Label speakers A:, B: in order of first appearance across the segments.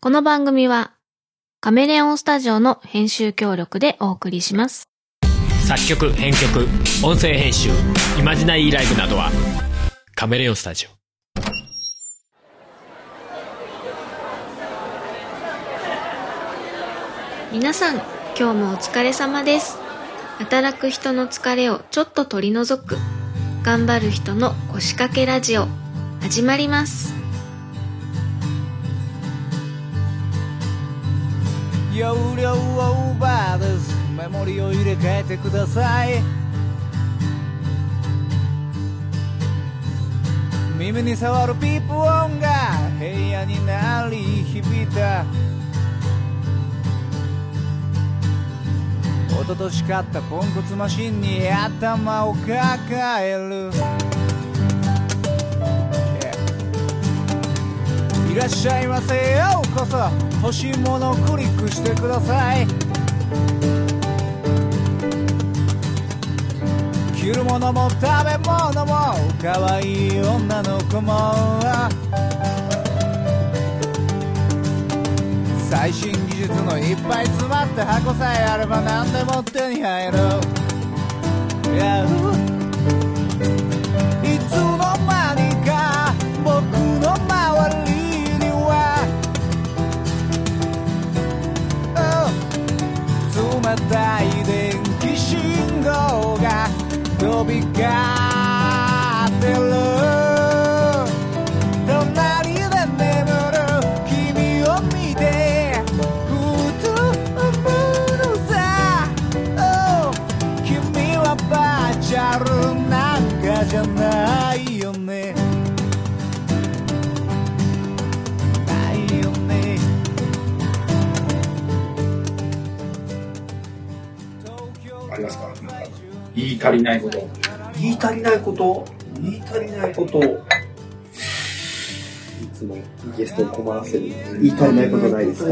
A: この番組はカメレオンスタジオの編集協力でお送りします。
B: 作曲、編曲、音声編集、イマジナリーライブなどはカメレオンスタジオ。
A: 皆さん、今日もお疲れ様です。働く人の疲れをちょっと取り除く頑張る人の腰掛けラジオ始まります。
C: 容量オーバーです。メモリを入れ替えてください。耳に触るピープ音が部屋に鳴り響いた。一昨年買ったポンコツマシンに頭を抱える。いらっしゃいませ、ようこそ。欲しいものをクリックしてください。着るものも食べ物も可愛い女の子も最新技術のいっぱい詰まった箱さえあれば何でも手に入る。いつの間にか僕の周りには冷たい電気信号が飛び交ってる。隣で眠る君を見てふと思うのさ、君はバーチャルなんかじゃないよね。ないよね。
D: ありますか？言い足りないこと。
E: 言い足りないこといつもゲストを困らせる。言い足りないことないですか？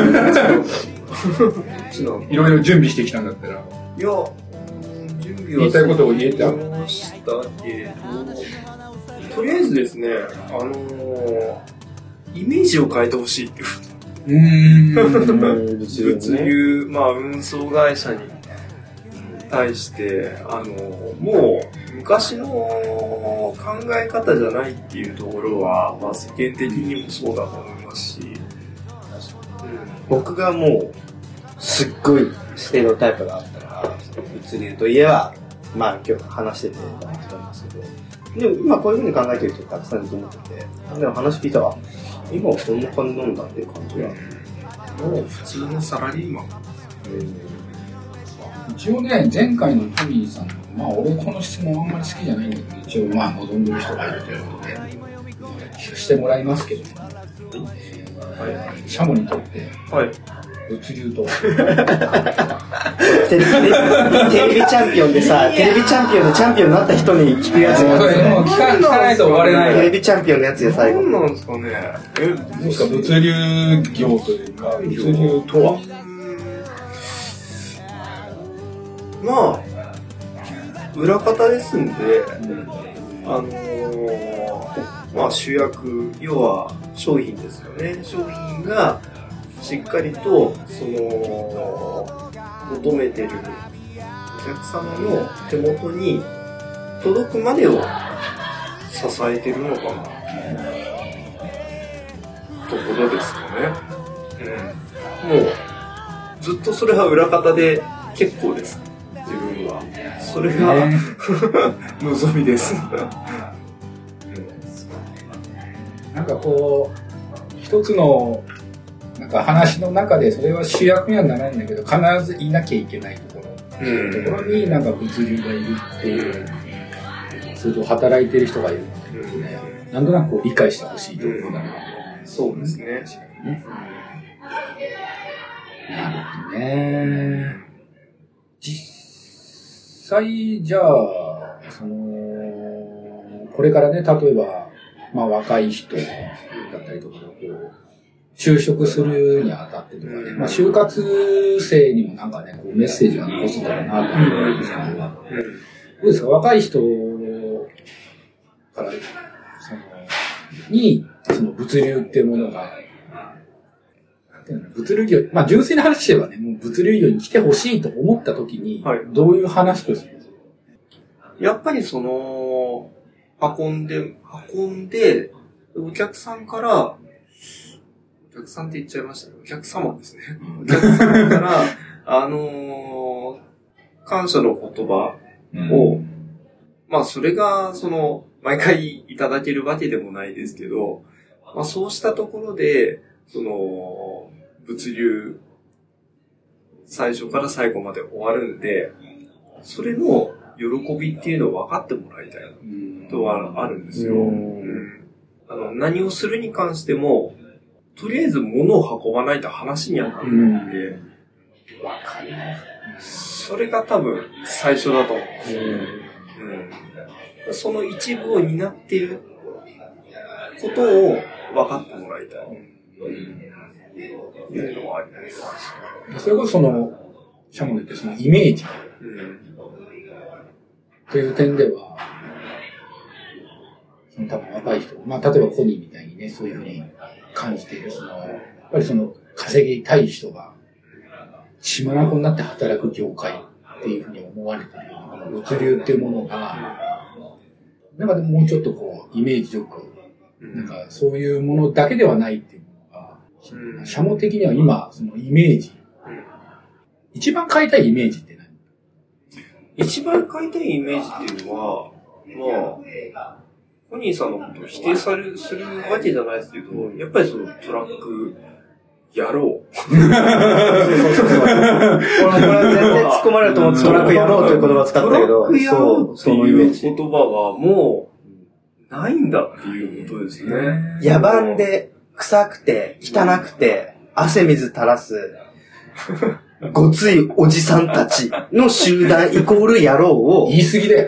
D: いろいろ準備してきたんだったら。
E: いや、準備は
D: 言いたいことを言えた
E: ましたけれど、とりあえずですね、イメージを変えてほしいっていうこと。物流、運送会社に対してもう昔の考え方じゃないっていうところは、世間的にもそうだと思いますし、僕がもうすっごいステレオタイプがあったら、物流といえば今日話してて思ってますけど、でも今こういう風に考えてる人たくさんいると思ってて、でも話聞いたら今はそんな感じなんだっていう感じが、もう普通のサラリーマン。
D: 一応ね、前回のトミーさんの、俺この質問あんまり好きじゃないんだけど、一応望んでる人がいるということで聞かせてもらいますけど、シャモにとって、物流と
E: テレビチャンピオンでさ、テレビチャンピオンのチャンピオンになった人に聞くやつが、
D: 聞かないと終われない。
E: テレビチャンピオンのやつや最後。
F: 何なんですかね。
D: どうですか、物流業というか、物流とは。
F: 裏方ですんで、主役、要は商品ですよね。商品がしっかりと求めてるお客様の手元に届くまでを支えてるのかなところですかね。もうずっとそれは裏方で結構です。自分はそれが、望みです。
D: なんかこう一つのなんか話の中でそれは主役にはならないんだけど必ずいなきゃいけないところになんか物流がいるっていう、それと働いてる人がいるっていうね、なんとなくこう理解してほしいところだな。
F: そうですね。
D: なるほどね。実際じゃあこれからね、例えば若い人だったりとかこう就職するにあたってとかね、就活生にもなんかねこうメッセージが残せたらなと思うんですけど、どうですか、若い人からその物流っていうものがていうの物流業、まあ純粋な話してばね、もう物流業に来てほしいと思った時に、
F: はい
D: どういう話とするんですか？
F: やっぱりその、運んで、お客さんから、お客さんって言っちゃいましたね。お客様ですね。お客様から、感謝の言葉を、まあそれが、毎回いただけるわけでもないですけど、まあそうしたところで、物流、最初から最後まで終わるんで、それの喜びっていうのを分かってもらいたいことはあるんですよ。何をするに関しても、とりあえず物を運ばないと話にはならないんで、それが多分最初だと思うんですよ。その一部を担っていることを分かってもらいたい。いうのはあります。
D: それこそシャモネってそのイメージという点では、多分若い人、まあ例えばコニーみたいにね、そういうふうに感じている、やっぱり稼ぎたい人が血眼になって働く業界っていうふうに思われているような、物流っていうものが、なんかでももうちょっとイメージよく、なんかそういうものだけではないっていうものが、シャモ的には今、イメージ、一番変えたいイメージって何？
F: 一番変えたいイメージっていうのは、まあ、コニーさんのことを否定するわけじゃないですけど、やっぱりトラック、やろう。
E: これは全然突っ込まれると思ってトラックやろうという言葉を使ったけど、
F: トラックやろうっていう言葉はもう、ないんだっていうことですね。
E: 野蛮で、臭くて、汚くて、汗水垂らす、ごついおじさんたちの集団イコール野郎を。
D: 言い過ぎだよ。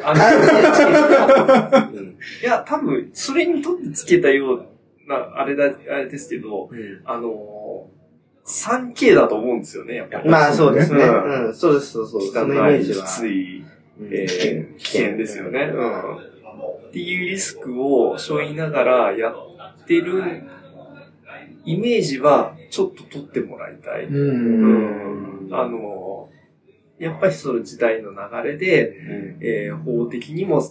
F: いや、多分、それにとってつけたような、あれですけど、3K だと思うんですよね、やっぱり。
E: まあそうですね。そうです、そう。そのイメージは。
F: きつい、危険ですよね。っていうリスクを背負いながらやってるイメージはちょっと取ってもらいたい。やっぱりその時代の流れで、法的にも、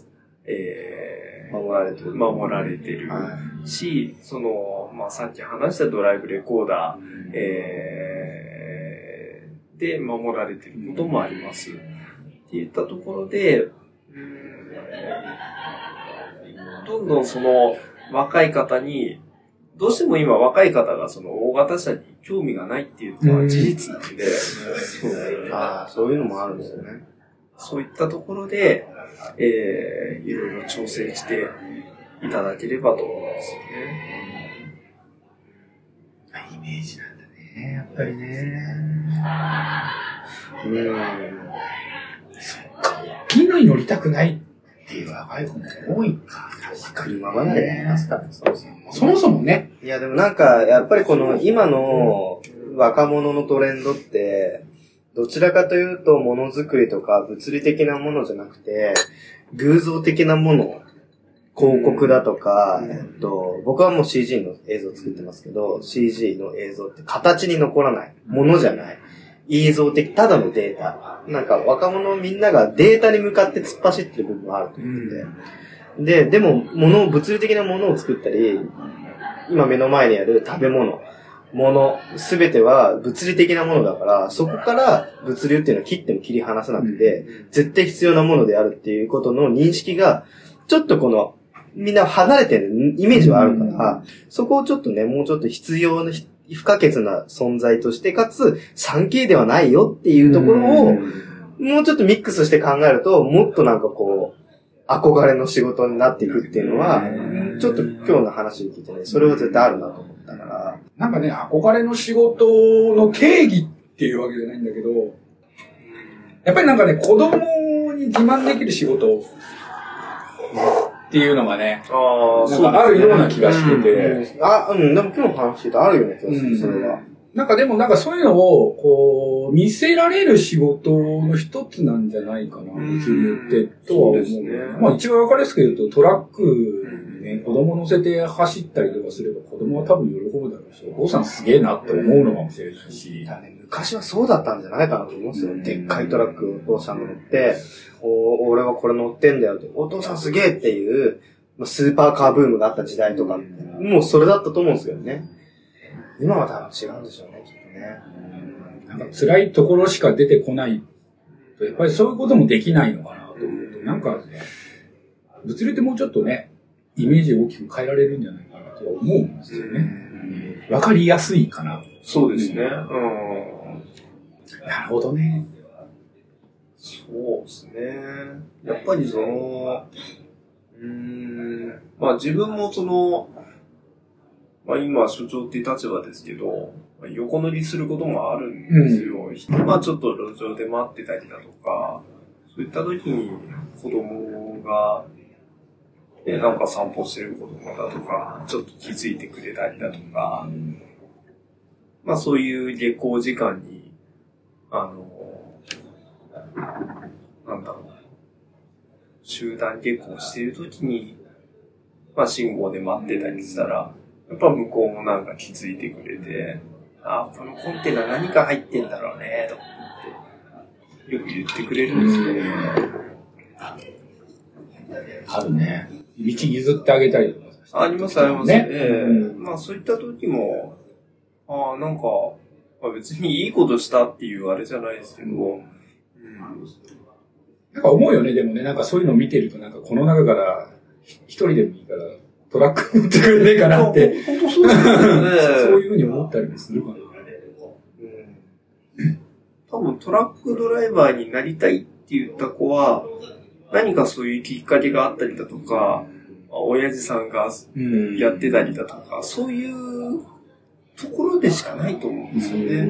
F: 守られてるし、まあ、さっき話したドライブレコーダー、で守られてることもあります。っていったところで、どんどん若い方に、どうしても今若い方が大型車に興味がないっていうのは事実なんで、
E: そういうのもあるんですよね。
F: そういったところで、いろいろ調整していただければと思うんですよね。
D: イメージなんだね、やっぱりね。そっか、大きいのに乗りたくないっていう若い子も多いか。
E: 車離れになりますから、
D: そもそもね。
E: いやでもなんか、やっぱり今の若者のトレンドって、どちらかというと、ものづくりとか物理的なものじゃなくて、偶像的なもの、広告だとか、僕はもう CG の映像を作ってますけど、CG の映像って形に残らない。ものじゃない。映像的、ただのデータ。なんか若者みんながデータに向かって突っ走ってる部分があると思ってて。でも、物理的なものを作ったり、今目の前にある食べ物、すべては物理的なものだから、そこから物流っていうのは切っても切り離さなくて、絶対必要なものであるっていうことの認識が、ちょっとみんな離れてるイメージはあるから、そこをちょっとね、もうちょっと必要な、不可欠な存在として、かつ 3K ではないよっていうところを、もうちょっとミックスして考えると、もっとなんか憧れの仕事になっていくっていうのは、ちょっと今日の話を聞いてね、それは絶対あるなと思ったから。
D: なんかね、憧れの仕事の定義っていうわけじゃないんだけど、やっぱりなんかね、子供に自慢できる仕事っていうのがね、なんかあるような気がしてて。
E: でも今日の話であるような気がする、それは。
D: なんかでもなんかそういうのを、こう、見せられる仕事の一つなんじゃないかな、物流って、とは思う。
F: そうですね。
D: まあ一番わかりやすく言うと、トラックにね、子供乗せて走ったりとかすれば子供は多分喜ぶだろうし、お父さんすげえなって思うのかもしれないし。
E: 昔はそうだったんじゃないかなと思うんですよ。でっかいトラックお父さんが乗って、俺はこれ乗ってんだよって、お父さんすげえっていう、スーパーカーブームがあった時代とか、もうそれだったと思うんですけどね。今は多分違うんでしょうね、きっとね。
D: なんか辛いところしか出てこないと、やっぱりそういうこともできないのかなと思うと、なんか、物流ってもうちょっとね、イメージを大きく変えられるんじゃないかなとは思うんですよね。わかりやすいかな。
F: そうですね。
D: なるほどね。
F: そうですね。やっぱりまあ自分もまあ今所長っていう立場ですけど、横乗りすることもあるんですよ。まあちょっと路上で待ってたりだとか、そういった時に子供が、なんか散歩してる子供だとか、ちょっと気づいてくれたりだとか、まあそういう下校時間に、なんだろう、集団下校している時に、まあ信号で待ってたりしたら、やっぱ向こうもなんか気づいてくれて、あ、このコンテナ何か入ってんだろうね、とか言って、よく言ってくれるんですよね。
D: あるね。道譲ってあげたりとか。
F: ありますあります
D: ね。
F: まあそういった時も、なんか、まあ、別にいいことしたっていうあれじゃないですけど、
D: なんか思うよね、でもね、なんかそういうのを見てると、なんかこの中から一人でもいいからトラック乗ってくれねえかなって。
F: 本当そうですよね。
D: そういうふうに思ったりもするかな。
F: 多分トラックドライバーになりたいって言った子は、何かそういうきっかけがあったりだとか、親父さんがやってたりだとか、そういうところでしかないと思うんですよね。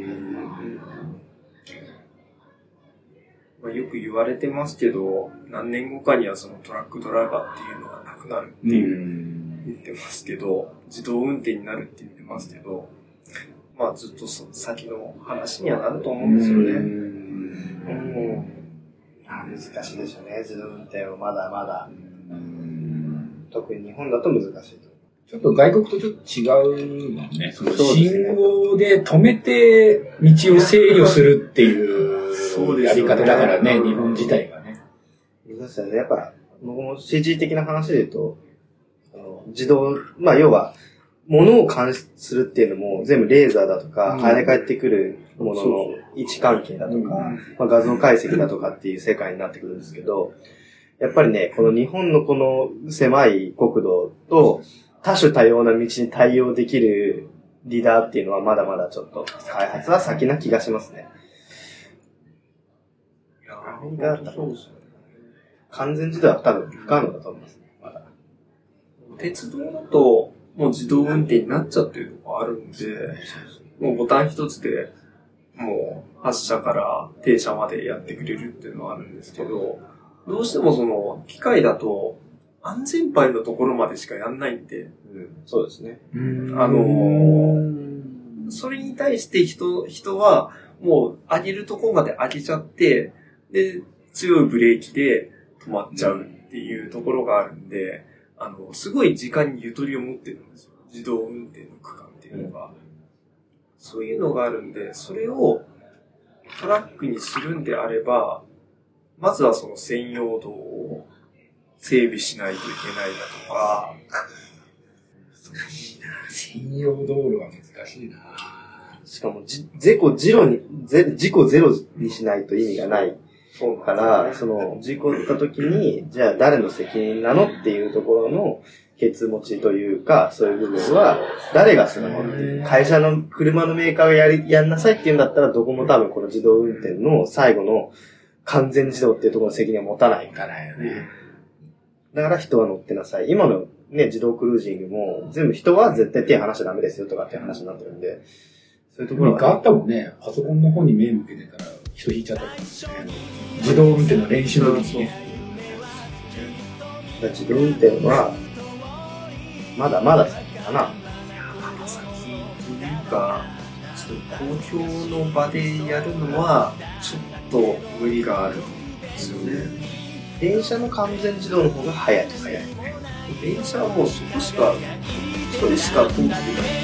F: まあ、よく言われてますけど、何年後かにはそのトラックドライバーっていうのがなくなるっていう言ってますけど、自動運転になるって言ってますけど、まあずっと先の話にはなると思うんですよね。
E: 難しいでしょうね、自動運転はまだまだ。特に日本だと難しいと。
D: ちょっと外国とちょっと違うもんね。その信号で止めて道を制御するっていうやり方だからね、日本自体がね。
E: そうですよね。やっぱ、僕も CG 的な話で言うと、自動、まあ要は、物を監視するっていうのも全部レーザーだとか、跳ね返ってくるものの位置関係だとか、まあ、画像解析だとかっていう世界になってくるんですけど、やっぱりね、この日本のこの狭い国土と多種多様な道に対応できるリーダーっていうのはまだまだちょっと開発は先な気がしますね。アメリカだったら完全自動は多分不可能だと思いますね。まだ
F: 鉄道だともう自動運転になっちゃってるとこあるんで、もうボタン一つでもう発車から停車までやってくれるっていうのはあるんですけど、どうしてもその機械だと安全牌のところまでしかやんないんで、
E: そうですね。
F: それに対して人はもう上げるところまで上げちゃって、で、強いブレーキで止まっちゃうっていうところがあるんで、すごい時間にゆとりを持ってるんですよ。自動運転の区間っていうのが。そういうのがあるんで、それをトラックにするんであれば、まずはその専用道を整備しないといけないだとか。
D: 専用道路は難しいな。
E: しかも事故ゼロにしないと意味がないから、その事故った時に、じゃあ誰の責任なのっていうところのケツ持ちというか、そういう部分は誰がするのっていう。会社の車のメーカーがやんなさいって言うんだったら、どこも多分この自動運転の最後の完全自動っていうところの責任は持たない。
D: 持たないよね。
E: だから人は乗ってなさい。今のね、自動クルージングも全部人は絶対手離しちゃダメですよとかっていう話になってるんで、そういうところ
D: があったもんね。パソコンの方に目向けてたら人引いちゃったりとかね。自動運転の練習の時にね。
E: 自動運転はまだまだ先かな。
F: まだ先というか、 公共の場でやるのは、ちょっと無理があるんですよね。
E: 電車の完全自動の方が早いですね。
F: 電車はもうそれしか通ってない。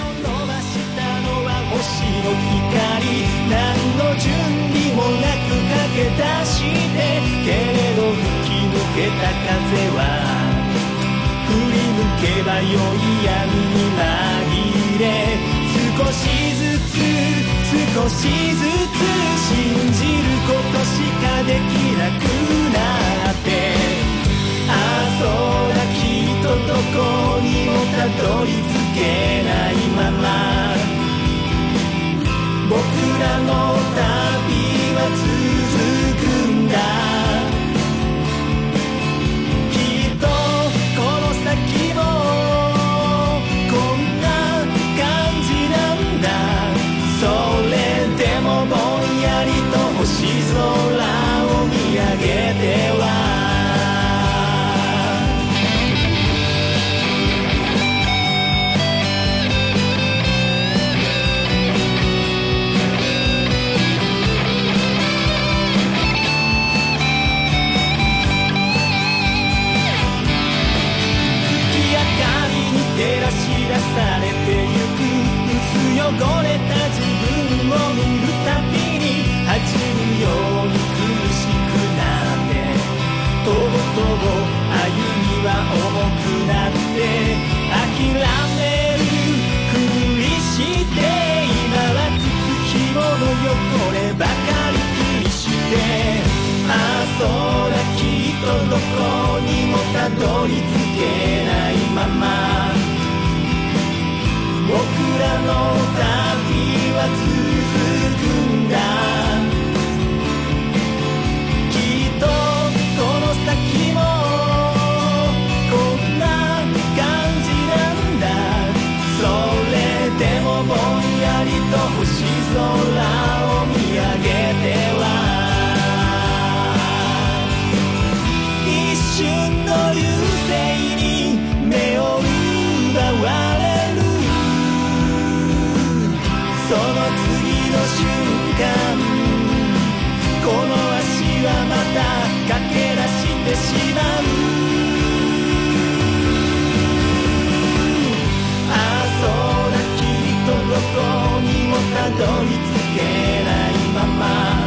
C: 星の光、何の準備もなく駆け出してけれど吹き抜けた風は振り抜けばよい闇に紛れ、少しずつ信じることしかできなくなって、ああそうだ、きっとどこにもたどり着けないまま僕らの旅は続くんだ。きっとこの先もこんな感じなんだ。それでもぼんやりと星空を見上げては照らし出されてゆく薄汚れた自分を見るたびに恥じるように苦しくなって、とぼとぼ歩みは重くなって諦めるふりして、今は靴ひもの汚ればかり気にして、ああそうだ、きっとどこにもたどり着けないまま僕らの旅は続くんだ。きっとこの先もこんな感じなんだ。それでもぼんやりと星空を見上げては一瞬の流星に目を奪われ、その次の瞬間この足はまた駆け出してしまう。ああそうだ、きっとどこにもたどり着けないまま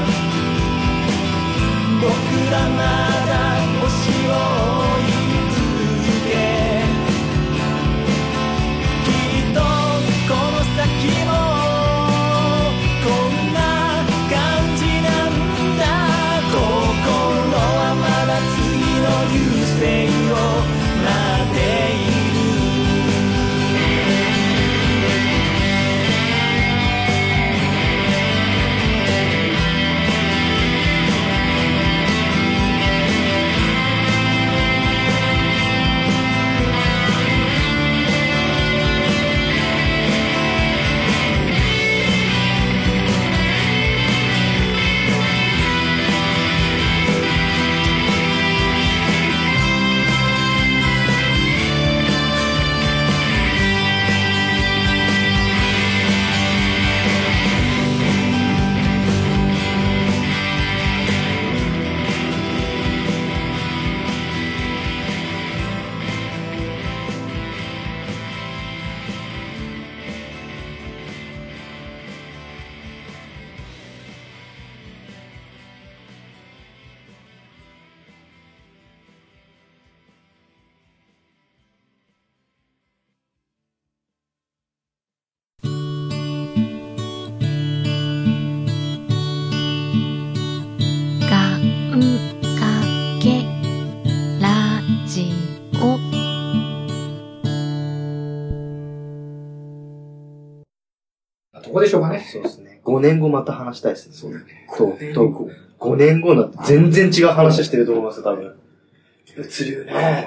C: 僕らまだ星を追い続け、きっとこの先もこんな感じなんだ。心はまだ次の流星を待っている。
D: ここでしょうかね。
E: そうですね。5年後また話したいですね。そうだね。5年後になって全然違う話してると思いますよ、多分。物流ね。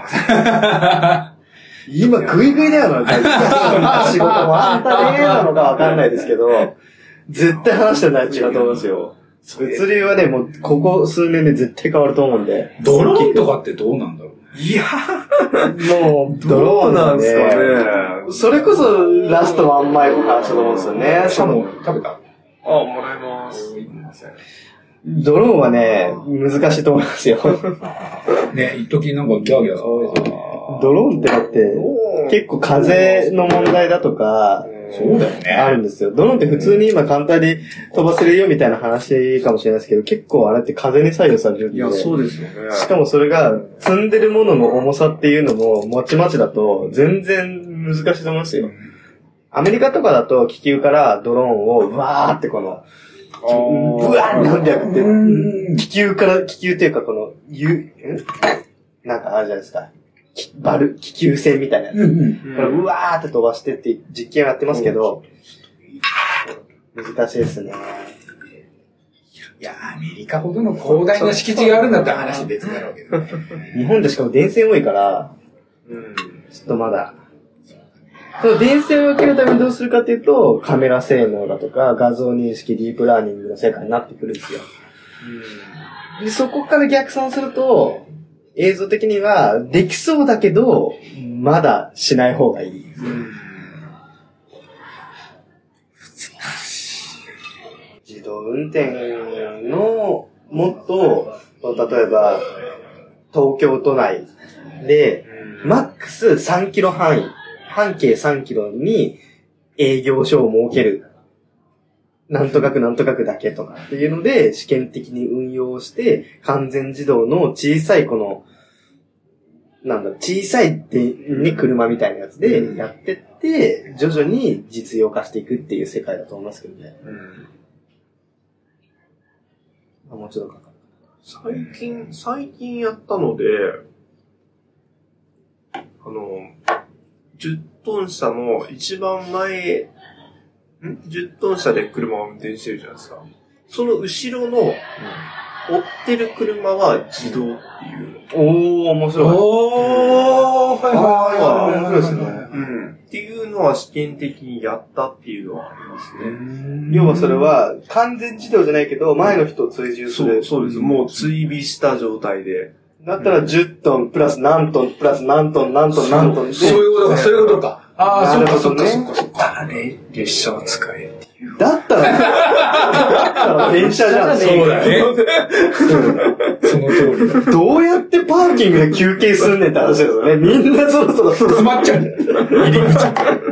E: 今、グイグイだよな、仕事もあんたねえなのかわかんないですけど、絶対話してない違うと思いますよ。物流はね、もう、ここ数年で絶対変わると思うんで。
D: ドローンとかってどうなんだろうね。
F: いや
E: もう、ドローンなんですかね。 それこそラストワンマイルの話だと思うんですよね。
D: シャモ食べた？
F: もらいます。
E: ドローンはね、難しいと思いますよ。
D: ね、一時なんかギャーギャー騒いでたね。
E: ドローンってだって、結構風の問題だとか、
D: そうだよね。
E: あるんですよ。ドローンって普通に今簡単に飛ばせるよみたいな話かもしれないですけど、結構あれって風に左右されるんで。
F: いや、そうですよね。
E: しかもそれが積んでるものの重さっていうのもまちまちだと全然難しいと思いますよ。アメリカとかだと気球からドローンをわーってこの、ブワーって何百って、気球っていうかこの、なんかあるじゃないですか。気球船みたいなやつ。これうわーって飛ばしてって実験をやってますけど、難しいですね。
D: いや、アメリカほどの広大な敷地があるんだったら話別だろうけど。
E: 日本でしかも電線多いから、ちょっとまだ。その電線を受けるためにどうするかっていうと、カメラ性能だとか、画像認識、ディープラーニングの世界になってくるんですよ。でそこから逆算すると、映像的にはできそうだけど、まだしない方がいい。自動運転のもっと、例えば、東京都内で、マックス3キロ範囲、半径3キロに営業所を設ける。なんとかくなんとかくだけとかっていうので試験的に運用して完全自動の小さいこの小さいに車みたいなやつでやってって徐々に実用化していくっていう世界だと思いますけどね。もうちょっとかかる。
F: 最近やったので、10トン車の一番前、10トン車で車を運転してるじゃないですか。その後ろの、追ってる車は自動っていう。
E: 面白い。
F: 面白いですね。っていうのは試験的にやったっていうのはありますね。
E: 要はそれは完全自動じゃないけど、前の人を追従する。
F: そうです。もう追尾した状態で。
E: だったら10トンプラス何トンプラス何トン何トン何トンで。
D: そういうことか。そうか。
F: 列車を使えっていう。
E: だったら電車じゃん。
D: そうだね。その通り。
E: どうやってパーキングで休憩すんねんって話ですよね。みんなそろそろ
D: 詰まっちゃうんだよ。入り口。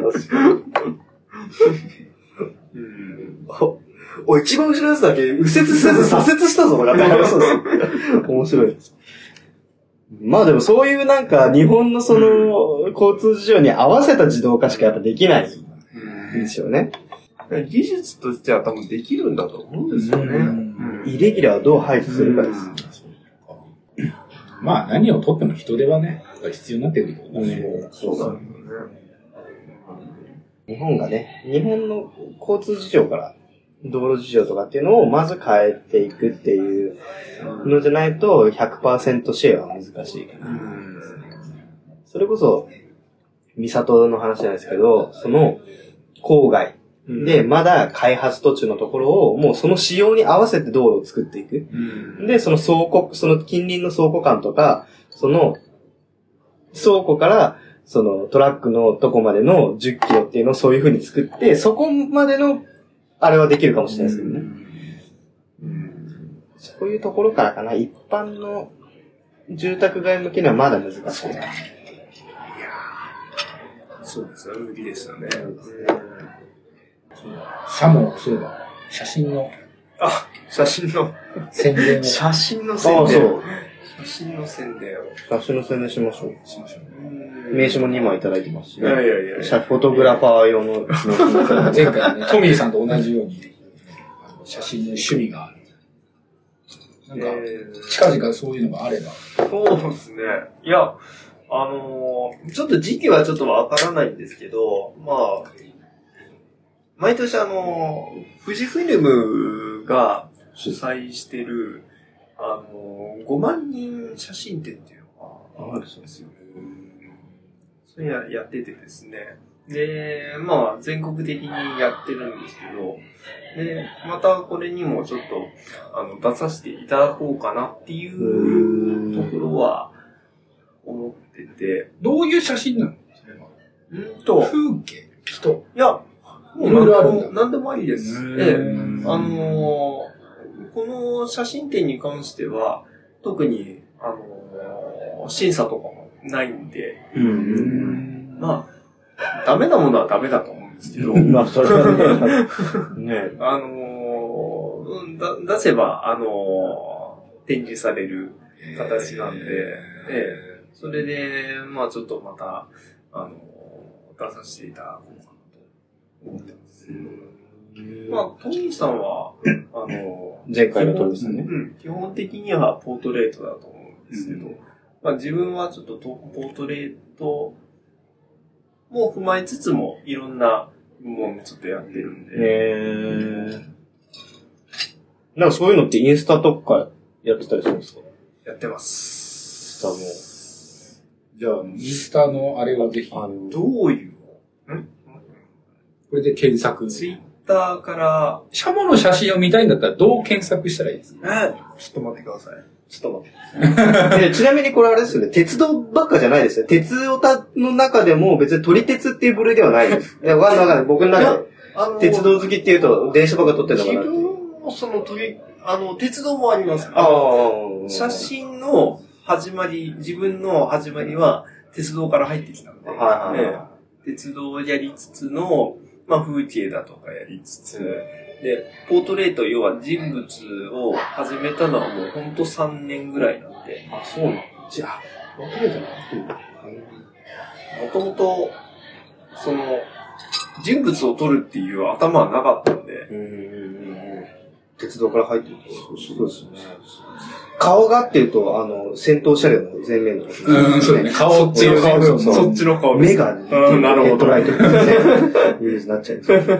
E: お、一番後ろのやつだけ右折せず左折したぞとかって話そうです。面白い。まあでもそういうなんか日本のその交通事情に合わせた自動化しかやっぱできないんですよね。
F: 技術としては多分できるんだと思うんですよね。
E: イレギュラーをどう排除するかです。
D: まあ何をとっても人手はね、必要になってくるけどね。
F: そうだね。
E: 日本がね、日本の交通事情から道路事情とかっていうのをまず変えていくっていうのじゃないと 100% シェアは難しいかな。それこそ、三郷の話なんですけど、その郊外でまだ開発途中のところをもうその仕様に合わせて道路を作っていく。で、その近隣の倉庫間とか、その倉庫からそのトラックのとこまでの10キロっていうのをそういう風に作って、そこまでのあれはできるかもしれないですけどね。そういうところからかな。一般の住宅街向けにはまだ難しいな。
F: そうですね。無理ですよね。
D: シャモ、そうだ。写真の宣伝を。
F: 写真の宣伝。
E: そう。
F: 写真の宣伝を。
E: 写真の宣伝しましょう。名刺も2枚いただいてますし、ね。
F: いや。
E: フォトグラファー用の。
D: 前回ね、トミーさんと同じように、写真の趣味がある。なんか、近々そういうのがあれば。
F: そうですね。いや、ちょっと時期はちょっとわからないんですけど、まあ、毎年富士フィルムが主催してる、5万人写真展っていうのがあるんですよ。それやっててですね。で、まあ、全国的にやってるんですけど、で、またこれにもちょっと、出させていただこうかなっていうところは思ってて。
D: どういう写真なの？ 風景人
F: いや、も
D: いろいろあるんだ。
F: 何でもありです。この写真展に関しては、特に、審査とかもないんで、まあ、ダメなものはダメだと思うんですけど、
E: まあ、それはね、
F: 出せば、展示される形なんで、それで、まあちょっとまた、出させていただこうかなと思ってます。まあ、トミーさんは、
E: 前回のトミーさんね。
F: 基本的にはポートレートだと思うんですけど、まあ自分はちょっとポートレートも踏まえつつも、いろんな部門でちょっとやってるんで。
E: なんかそういうのってインスタとかやってたりするんですか？
F: やってます。
D: じゃあ、インスタのあれはぜひ。
F: どういう
D: これで検索。
F: ツイッターから、
D: シャモの写真を見たいんだったらどう検索したらいいですか？
F: ちょっと待ってください。ちょっと待って。
E: ちなみにこれあれですよね、鉄道ばっかじゃないですよ。鉄オタの中でも別に撮り鉄っていう部類ではないです。いや、わかんない。僕の中で。鉄道好きっていうと、電車ばっか撮ってるのかなって。
F: 自分も鉄道もあります。写真の始まり、自分の始まりは鉄道から入ってきたんで、鉄道をやりつつの、まあ風景だとかやりつつ、で、ポートレート、要は人物を始めたのはもうほんと3年ぐらいなんで。
E: あ、そうなんじゃあ、ポートレート
F: もともと、人物を撮るっていう頭はなかったんで。
E: 鉄道から入ってると。そうですね。顔がっていうと、戦闘車両の前面の。
D: そうね。顔っていう顔。
F: そっちの顔。
E: 目が、
F: なるほど。
E: ヘッドライトにね、いうになっちゃうんですよ。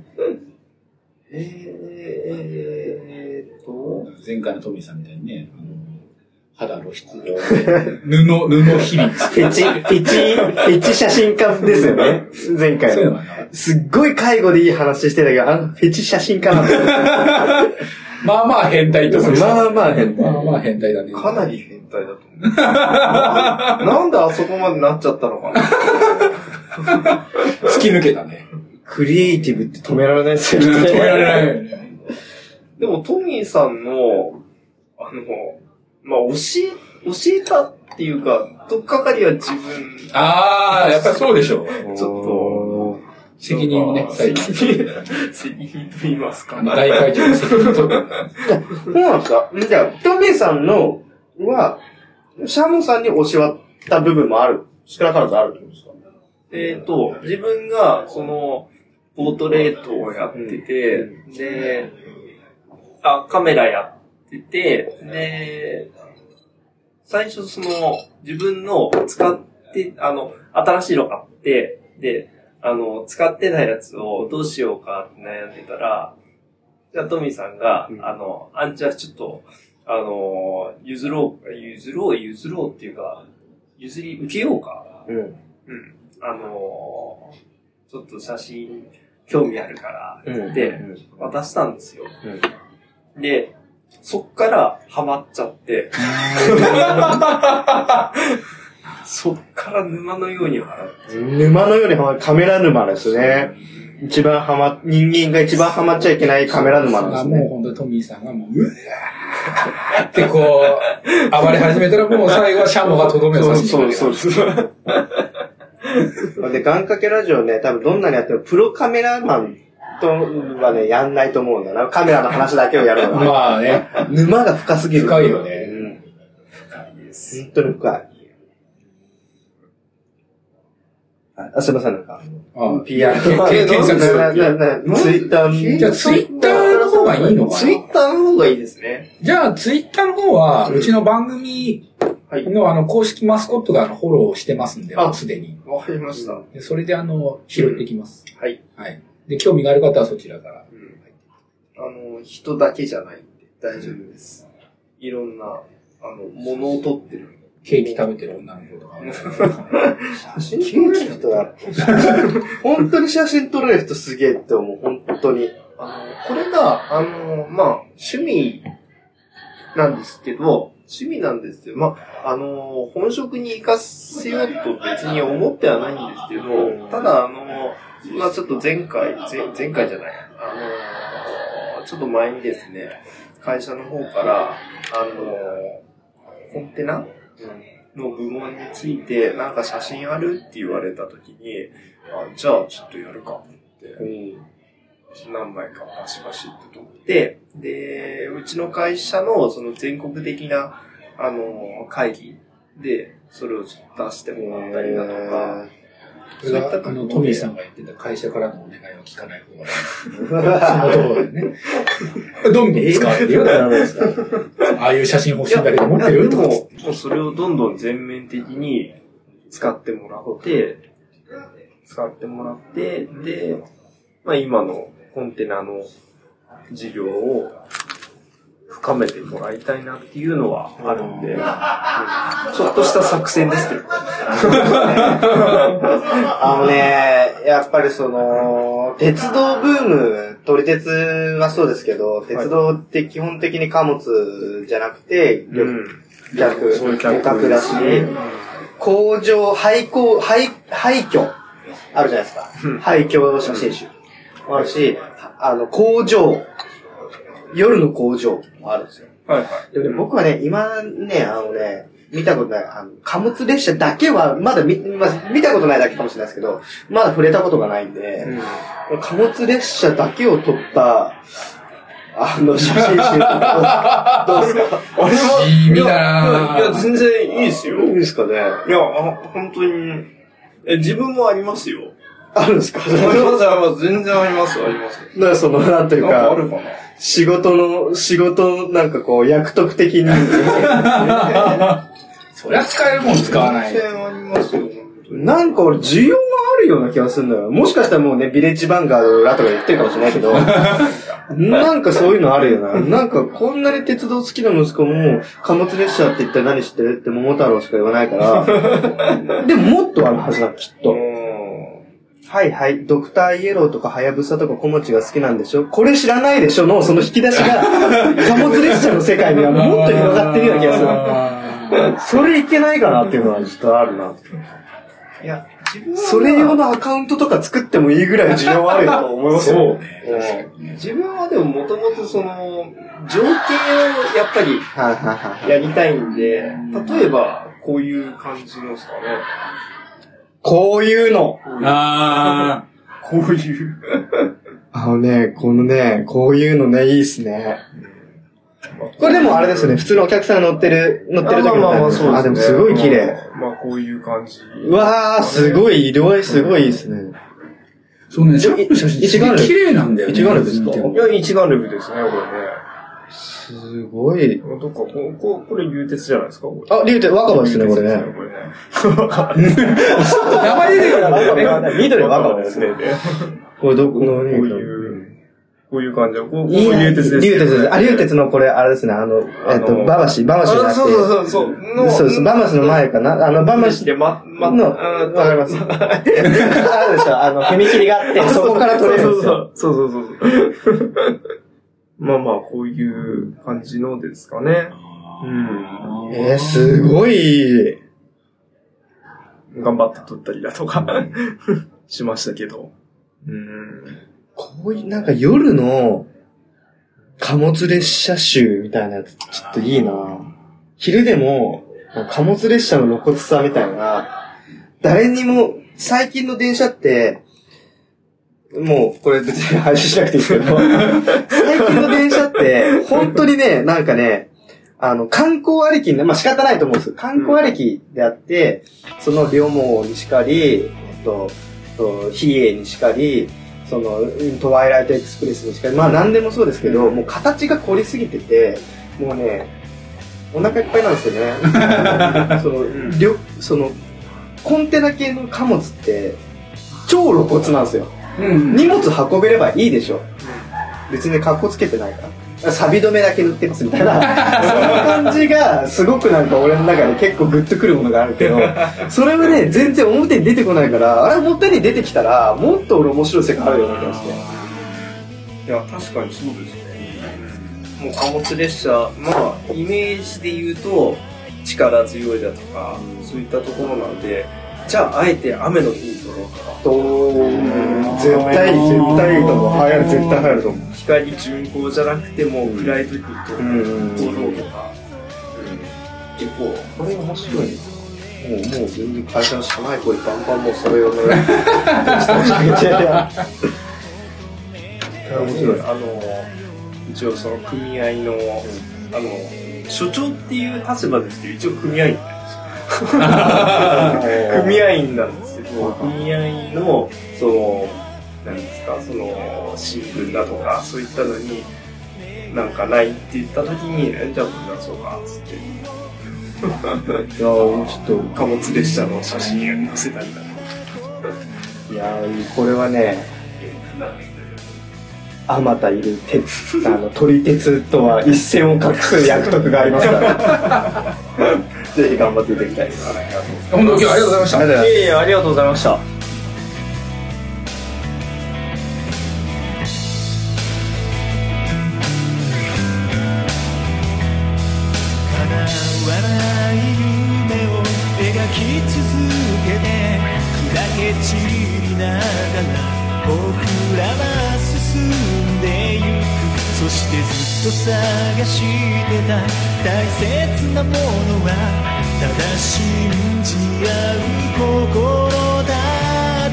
D: 前回のトミーさんみたいにね、肌露出。布比率。
E: フェチ写真家ですよね。前回の。すっごい介護でいい話してたけど、フェチ写真家なんだ。
D: まあまあ変態と思います。
E: まあまあ変態。
D: まあまあ変態だね。
F: かなり変態だと思う。なんであそこまでなっちゃったのかな。
D: 突き抜けたね。
E: クリエイティブって止められないですよね。
D: 止められないよね。
F: でもトミーさんの、まあ、教えたっていうか、とっかかりは自分。
E: あ
D: あ、やっぱりそうでしょう。
F: ちょっと、
D: 責任をね、
F: 責任と言いますか。
D: 大会長の責任を取る。
E: そうなんですか？じゃあ、トミーさんのは、シャモさんに教わった部分もある。少なからずあるってことですか？
F: 自分が、ポートレートをやってて、で、カメラやってて、で、最初自分の使って、新しいの買って、で、使ってないやつをどうしようかって悩んでたら、じゃあトミーさんが、じゃあちょっと、譲ろうっていうか、譲り受けようか。ちょっと写真興味あるからって渡したんですよ。で、そっからハマっちゃって、そっから沼のようにハマって。
E: 沼のようにハマる、カメラ沼ですね。人間が一番ハマっちゃいけないカメラ沼なんですね。
D: もう本当にトミーさんがもう、うわーってこう、暴れ始めたらもう最後はシャモがとどめを刺してくる。そう。
E: で、願掛けラジオね、多分どんなにやってもプロカメラマンとはね、やんないと思うんだよな。カメラの話だけをやるのは。
D: まあね。
E: 沼が深すぎる。
D: 深いよね。
E: 深いです。本当に深い。すみません、なんか。PR。
D: 検索する。
E: ツイッター。
D: じゃあツイッターの方がいいのかな？
F: ツイッターの方がいいですね。
D: じゃあツイッターの方は、うちの番組の公式マスコットがフォローしてますんで、すでに。
F: わかりました。
D: それで拾ってきます。
F: はい。
D: はい。で、興味がある方はそちらから。
F: 人だけじゃないんで大丈夫です。いろんな、物を撮ってる。
D: ケーキ食べてる女の子とか。
E: 写真撮れる人は、本当に写真撮れる人すげえって思う、本当に。
F: これが、まあ、趣味なんですけど、 趣味なんですよ。本職に活かせようと別に思ってはないんですけど、ただちょっと前回じゃない、ちょっと前にですね、会社の方から、コンテナの部門について、なんか写真あるって言われたときに、じゃあちょっとやるかって、何枚かバシバシって撮って、で、うちの会社のその全国的な、会議で、それをちょっと出してもらったりだとか、
D: それが、トミーさんが言ってた会社からのお願いは聞かない方がいい。そのところでね。どんどん使われてよ、ダメですか。ああいう写真欲しいんだけど持ってるとか。
F: もうそれをどんどん全面的に使ってもらって、で、今のコンテナの事業を深めてもらいたいなっていうのはあるんで、ちょっとした作戦ですけど。
E: やっぱり鉄道ブーム、撮り鉄はそうですけど、鉄道って基本的に貨物じゃなくて、旅客だし、工場、廃墟、あるじゃないですか。廃墟写真集。あるし、工場、夜の工場もあるんですよ。
F: はいはい。
E: でもね、僕はね、今ね、見たことない、貨物列車だけは、まだ見たことないだけかもしれないですけど、まだ触れたことがないんで、貨物列車だけを撮った、写真集どうですか？
D: 地味だな。
F: いや、全然いいですよ。
E: いいですかね。
F: いや、本当に、自分もありますよ。
E: あるんですか？
F: 全然あります。
E: だからなんというか、
F: あるかな。
E: 仕事、なんかこう、役得的に。
D: そりゃ使えるもん使わない。
F: 全然ありますよ。
E: なんか俺、需要があるような気がするんだよ。もしかしたらもうね、ビレッジヴァンガードらとか言ってるかもしれないけど、なんかそういうのあるよな。なんかこんなに鉄道好きな息子も、貨物列車って言ったら何知ってるって桃太郎しか言わないから、でももっとあるはずだ、きっと。はいはい、ドクターイエローとかハヤブサとか小持が好きなんでしょ？これ知らないでしょの、その引き出しが、貨物列車の世界にはもっと広がってるような気がする。それいけないかなっていうのはちょっとあるな。
F: いや、
E: それ用のアカウントとか作ってもいいぐらい需要あると思いますよ。
F: 自分はでももともと情景をやっぱりやりたいんで、例えばこういう感じのですかね。
E: こういうの。
F: こういう。
E: こういうのね、いいっすね。これでもあれですね、普通のお客さんが乗ってる時みたいな。
F: そうですね。
E: でもすごい綺麗。
F: こういう感じ。
E: うわー、すごい、色合いすごいいいですね。
D: そうね、シャープ写真すごい綺麗なんだよね。
E: 一眼レフですか？
F: いや、一眼レフですね、これね。
E: すごい。
F: どっか、これ流鉄じゃないですか？
E: 流鉄、若葉ですね、これね。
D: 名前出てくる。
E: 緑若葉ですね。これどこの
F: こういう感じで、こう
E: 流鉄です。流鉄です。流鉄のこれ、あれですね、バマシじゃなくて。そうです、バマシの前かな。バマシの、わかります。あるでしょ、踏切があって、そこから撮れるんですよ。
F: そう。こういう感じのですかね。
E: すごい。
F: 頑張って撮ったりだとかしましたけど。
E: こういうなんか夜の貨物列車集みたいなやつちょっといいな。昼でも貨物列車の露骨さみたいな。誰にも最近の電車ってもうこれ別に配信しなくていいですけど最近の電車って本当にねなんかね観光ありきに仕方ないと思うんですよ。観光ありきであって、その両毛にしかり、比叡にしかり、トワイライトエクスプレスにしかり、何でもそうですけど、もう形が凝りすぎてて、もうね、お腹いっぱいなんですよね。コンテナ系の貨物って、超露骨なんですよ。荷物運べればいいでしょ。別に格好つけてないから。錆止めだけ塗ってますみたいなその感じがすごくなんか俺の中で結構グッとくるものがあるけどそれはね全然表に出てこないからあれ表に出てきたらもっと俺面白い世界あるような気がして。
F: いや確かにそうですね。 もう貨物列車、まあ、イメージで言うと、力強いだとか、そういったところなんで、じゃあ、あえて雨の日に撮ろうか。
E: 絶対いいと思う。絶対流行ると思う。
F: 光巡光じゃなくても、暗い時に撮ろうとか。結構、
E: これ面白いね。もう全然会社の社内声バンバンもうそれをね、面白い。
F: 一応その組合の、所長っていう立場ですけど、一応組合員なんですよ。組合員なんですけど、組合の、なんですか、新聞だとか、そういったのに、なんかないって言った時に、じゃあこれ出そうか、つって。
E: いやちょっと
F: 貨物列車の写真載せたりだとか。
E: いやこれはね、あまたいる撮り鉄とは一線を画す役得がありますからぜひ頑張っていただきたいです。
D: 本当今日ありがとうございました。
E: ありがとうございました。
C: き続けて砕け散りながら僕らは進んでゆく。そしてずっと探してた大切なものはただ信じ合う心だった。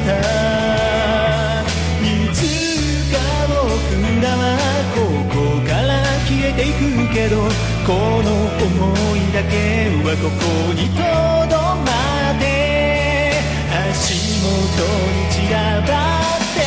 C: いつか僕らはここから消えていくけど、この想いだけはここにとどまって足元に散らばって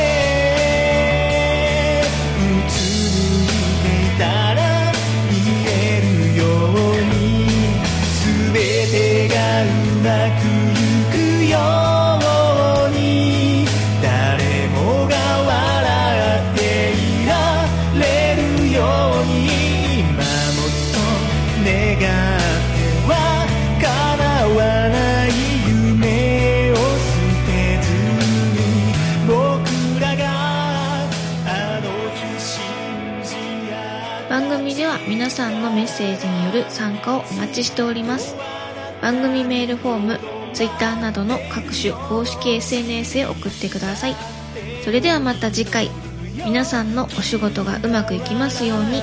C: うつむいていたら見えるように全てがうまくいくように誰もが笑っていられるように今もそう願っては叶わない夢を捨てずに僕らがあの日信じ合った。
A: 番組では皆さんのメッセージによる参加をお待ちしております。番組メールフォーム、Twitter などの各種公式 SNS へ送ってください。それではまた次回、皆さんのお仕事がうまくいきますように。
C: う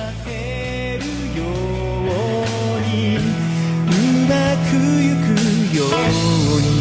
C: まくゆくように